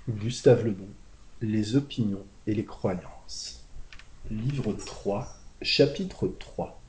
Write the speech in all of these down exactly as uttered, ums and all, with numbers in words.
Gustave Le Bon, Les opinions et les croyances. Livre trois, chapitre trois.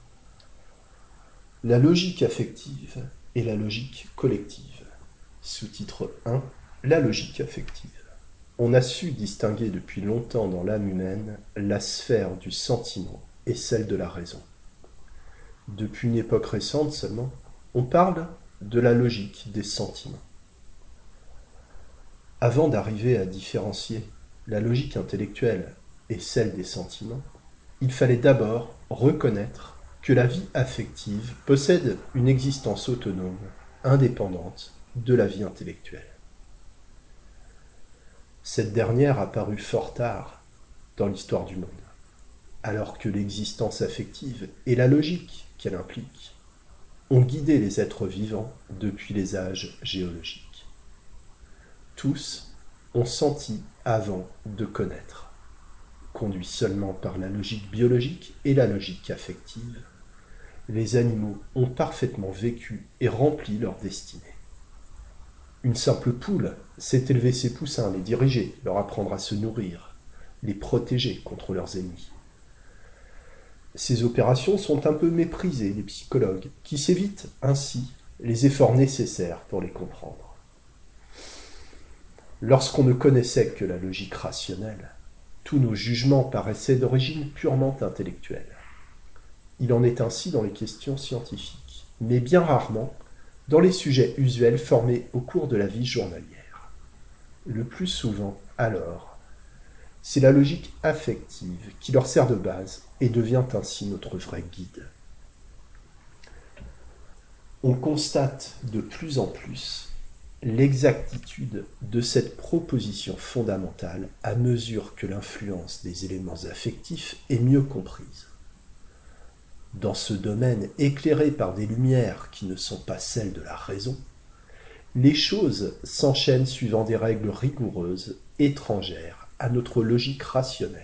La logique affective et la logique collective. Sous-titre un, La logique affective. On a su distinguer depuis longtemps dans l'âme humaine la sphère du sentiment et celle de la raison. Depuis une époque récente seulement, on parle de la logique des sentiments. Avant d'arriver à différencier la logique intellectuelle et celle des sentiments, il fallait d'abord reconnaître que la vie affective possède une existence autonome, indépendante de la vie intellectuelle. Cette dernière a paru fort tard dans l'histoire du monde, alors que l'existence affective et la logique qu'elle implique ont guidé les êtres vivants depuis les âges géologiques. Tous ont senti avant de connaître. Conduits seulement par la logique biologique et la logique affective, les animaux ont parfaitement vécu et rempli leur destinée. Une simple poule sait élever ses poussins, les diriger, leur apprendre à se nourrir, les protéger contre leurs ennemis. Ces opérations sont un peu méprisées des psychologues, qui s'évitent ainsi les efforts nécessaires pour les comprendre. Lorsqu'on ne connaissait que la logique rationnelle, tous nos jugements paraissaient d'origine purement intellectuelle. Il en est ainsi dans les questions scientifiques, mais bien rarement dans les sujets usuels formés au cours de la vie journalière. Le plus souvent, alors, c'est la logique affective qui leur sert de base et devient ainsi notre vrai guide. On constate de plus en plus l'exactitude de cette proposition fondamentale à mesure que l'influence des éléments affectifs est mieux comprise. Dans ce domaine éclairé par des lumières qui ne sont pas celles de la raison, les choses s'enchaînent suivant des règles rigoureuses, étrangères à notre logique rationnelle.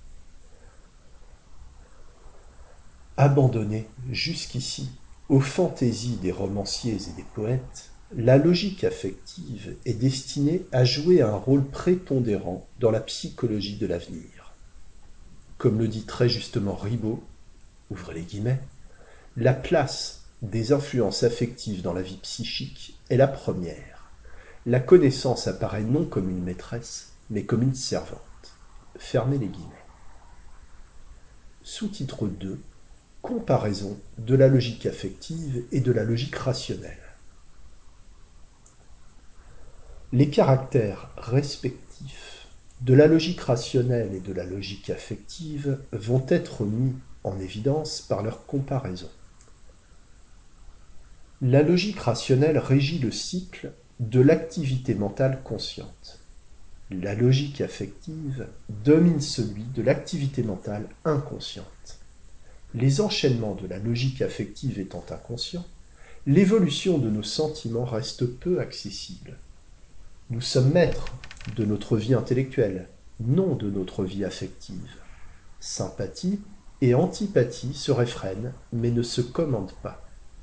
Abandonnée jusqu'ici aux fantaisies des romanciers et des poètes, la logique affective est destinée à jouer un rôle prépondérant dans la psychologie de l'avenir. Comme le dit très justement Ribot, ouvrez les guillemets, la place des influences affectives dans la vie psychique est la première. La connaissance apparaît non comme une maîtresse, mais comme une servante. Fermez les guillemets. Sous-titre deux. Comparaison de la logique affective et de la logique rationnelle. Les caractères respectifs de la logique rationnelle et de la logique affective vont être mis en évidence par leur comparaison. La logique rationnelle régit le cycle de l'activité mentale consciente. La logique affective domine celui de l'activité mentale inconsciente. Les enchaînements de la logique affective étant inconscients, l'évolution de nos sentiments reste peu accessible. Nous sommes maîtres de notre vie intellectuelle, non de notre vie affective. Sympathie et antipathie se réfrènent, mais ne se commandent pas.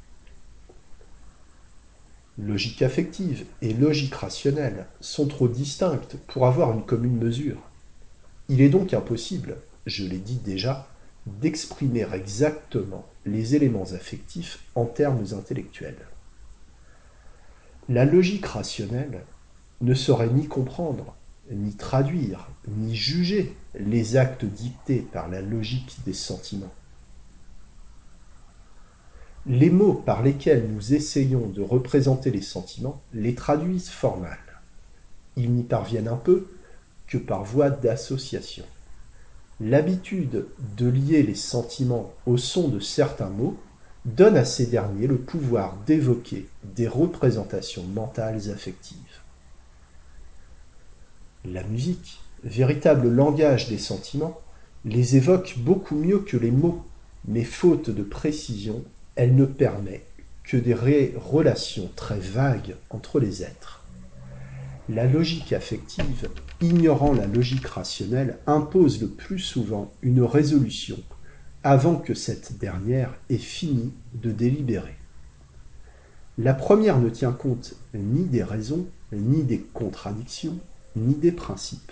Logique affective et logique rationnelle sont trop distinctes pour avoir une commune mesure. Il est donc impossible, je l'ai dit déjà, d'exprimer exactement les éléments affectifs en termes intellectuels. La logique rationnelle ne saurait ni comprendre, ni traduire, ni juger les actes dictés par la logique des sentiments. Les mots par lesquels nous essayons de représenter les sentiments les traduisent fort mal. Ils n'y parviennent un peu que par voie d'association. L'habitude de lier les sentiments au son de certains mots donne à ces derniers le pouvoir d'évoquer des représentations mentales affectives. La musique, véritable langage des sentiments, les évoque beaucoup mieux que les mots, mais faute de précision, elle ne permet que des relations très vagues entre les êtres. La logique affective, ignorant la logique rationnelle, impose le plus souvent une résolution avant que cette dernière ait fini de délibérer. La première ne tient compte ni des raisons, ni des contradictions, ni des principes.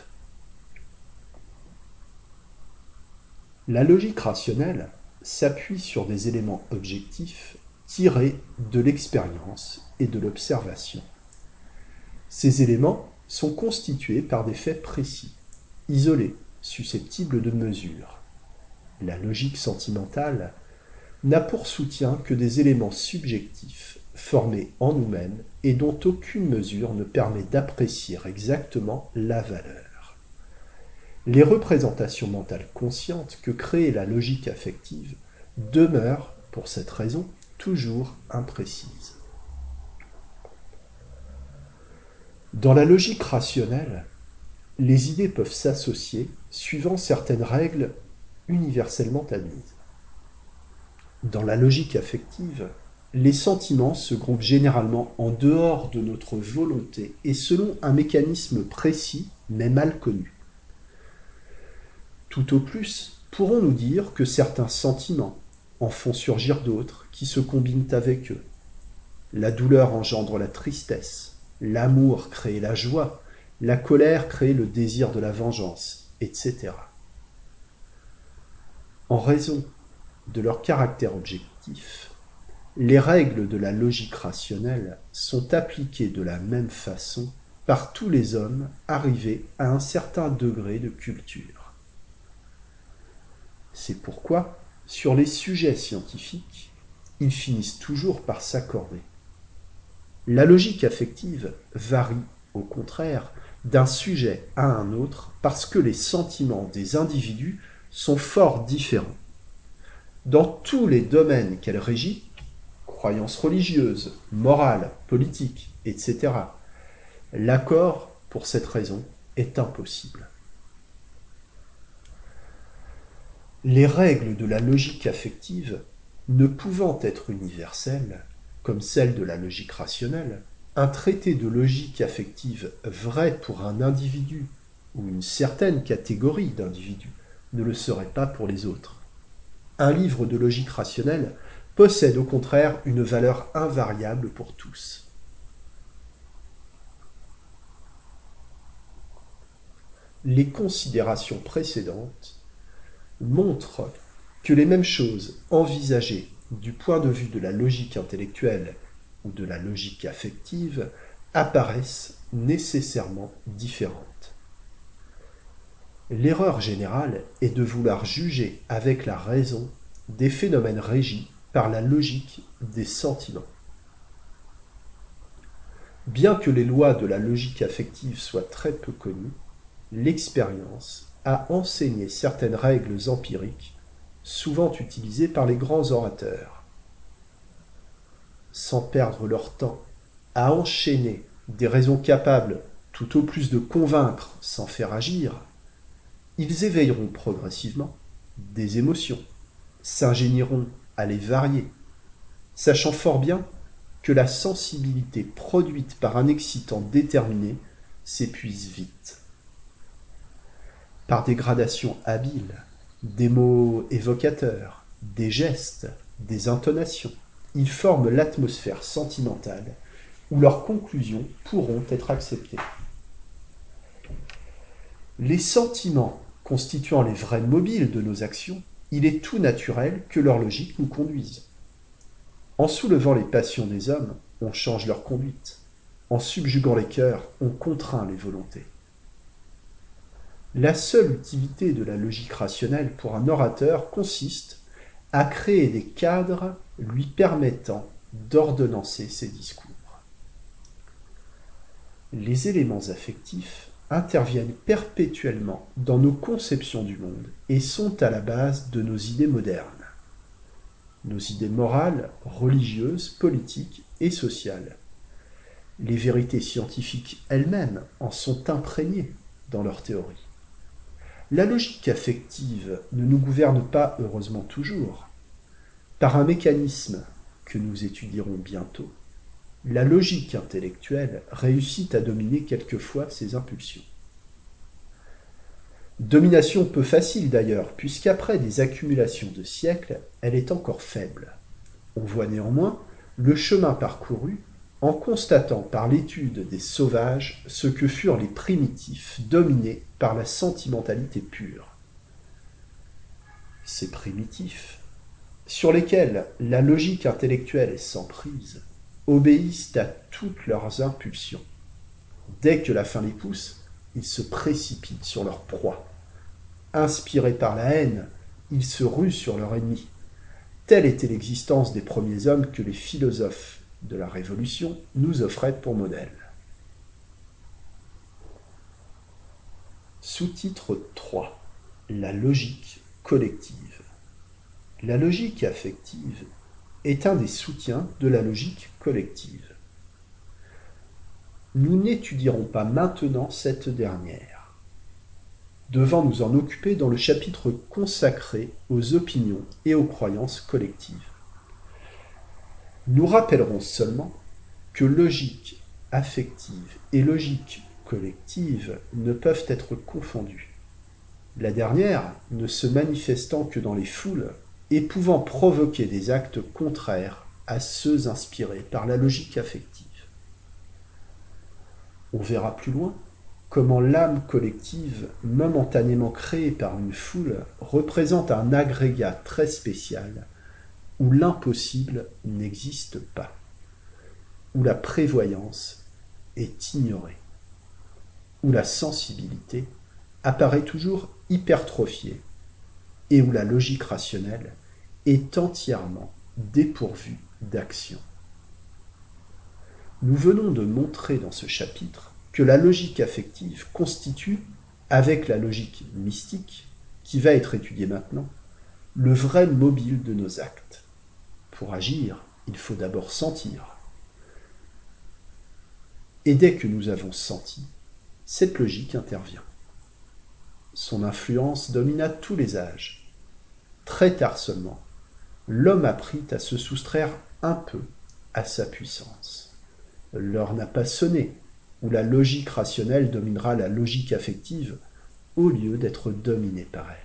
La logique rationnelle s'appuie sur des éléments objectifs tirés de l'expérience et de l'observation. Ces éléments sont constitués par des faits précis, isolés, susceptibles de mesure. La logique sentimentale n'a pour soutien que des éléments subjectifs formés en nous-mêmes et dont aucune mesure ne permet d'apprécier exactement la valeur. Les représentations mentales conscientes que crée la logique affective demeurent, pour cette raison, toujours imprécises. Dans la logique rationnelle, les idées peuvent s'associer suivant certaines règles universellement admises. Dans la logique affective, les sentiments se groupent généralement en dehors de notre volonté et selon un mécanisme précis mais mal connu. Tout au plus, pourrons-nous dire que certains sentiments en font surgir d'autres qui se combinent avec eux. La douleur engendre la tristesse, l'amour crée la joie, la colère crée le désir de la vengeance, et cetera. En raison de leur caractère objectif, les règles de la logique rationnelle sont appliquées de la même façon par tous les hommes arrivés à un certain degré de culture. C'est pourquoi, sur les sujets scientifiques, ils finissent toujours par s'accorder. La logique affective varie, au contraire, d'un sujet à un autre parce que les sentiments des individus sont fort différents. Dans tous les domaines qu'elle régit, croyances religieuses, morales, politiques, et cetera, l'accord, pour cette raison, est impossible. Les règles de la logique affective, ne pouvant être universelles, comme celles de la logique rationnelle, un traité de logique affective vrai pour un individu ou une certaine catégorie d'individus ne le serait pas pour les autres. Un livre de logique rationnelle possède au contraire une valeur invariable pour tous. Les considérations précédentes montrent que les mêmes choses envisagées du point de vue de la logique intellectuelle ou de la logique affective apparaissent nécessairement différentes. L'erreur générale est de vouloir juger avec la raison des phénomènes régis par la logique des sentiments. Bien que les lois de la logique affective soient très peu connues, l'expérience a enseigné certaines règles empiriques, souvent utilisées par les grands orateurs. Sans perdre leur temps à enchaîner des raisons capables tout au plus de convaincre sans faire agir, ils éveilleront progressivement des émotions, s'ingénieront à les varier, sachant fort bien que la sensibilité produite par un excitant déterminé s'épuise vite. Par des gradations habiles, des mots évocateurs, des gestes, des intonations, ils forment l'atmosphère sentimentale où leurs conclusions pourront être acceptées. Les sentiments constituant les vrais mobiles de nos actions, il est tout naturel que leur logique nous conduise. En soulevant les passions des hommes, on change leur conduite. En subjuguant les cœurs, on contraint les volontés. La seule utilité de la logique rationnelle pour un orateur consiste à créer des cadres lui permettant d'ordonnancer ses discours. Les éléments affectifs interviennent perpétuellement dans nos conceptions du monde et sont à la base de nos idées modernes. Nos idées morales, religieuses, politiques et sociales. Les vérités scientifiques elles-mêmes en sont imprégnées dans leurs théories. La logique affective ne nous gouverne pas, heureusement toujours. Par un mécanisme que nous étudierons bientôt, la logique intellectuelle réussit à dominer quelquefois ses impulsions. Domination peu facile d'ailleurs, puisqu'après des accumulations de siècles, elle est encore faible. On voit néanmoins le chemin parcouru en constatant par l'étude des sauvages ce que furent les primitifs dominés par la sentimentalité pure. Ces primitifs, sur lesquels la logique intellectuelle est sans prise, obéissent à toutes leurs impulsions. Dès que la faim les pousse, ils se précipitent sur leur proie. Inspirés par la haine, ils se ruent sur leur ennemi. Telle était l'existence des premiers hommes que les philosophes de la Révolution nous offraient pour modèle. Sous-titre trois. La logique collective. La logique affective est un des soutiens de la logique collective. Nous n'étudierons pas maintenant cette dernière, devant nous en occuper dans le chapitre consacré aux opinions et aux croyances collectives. Nous rappellerons seulement que logique affective et logique collective ne peuvent être confondues, la dernière ne se manifestant que dans les foules et pouvant provoquer des actes contraires à ceux inspirés par la logique affective. On verra plus loin comment l'âme collective, momentanément créée par une foule, représente un agrégat très spécial où l'impossible n'existe pas, où la prévoyance est ignorée, où la sensibilité apparaît toujours hypertrophiée et où la logique rationnelle est entièrement dépourvue d'action. Nous venons de montrer dans ce chapitre que la logique affective constitue, avec la logique mystique, qui va être étudiée maintenant, le vrai mobile de nos actes. Pour agir, il faut d'abord sentir. Et dès que nous avons senti, cette logique intervient. Son influence domina tous les âges. Très tard seulement, l'homme apprit à se soustraire un peu à sa puissance. L'heure n'a pas sonné, où la logique rationnelle dominera la logique affective au lieu d'être dominée par elle.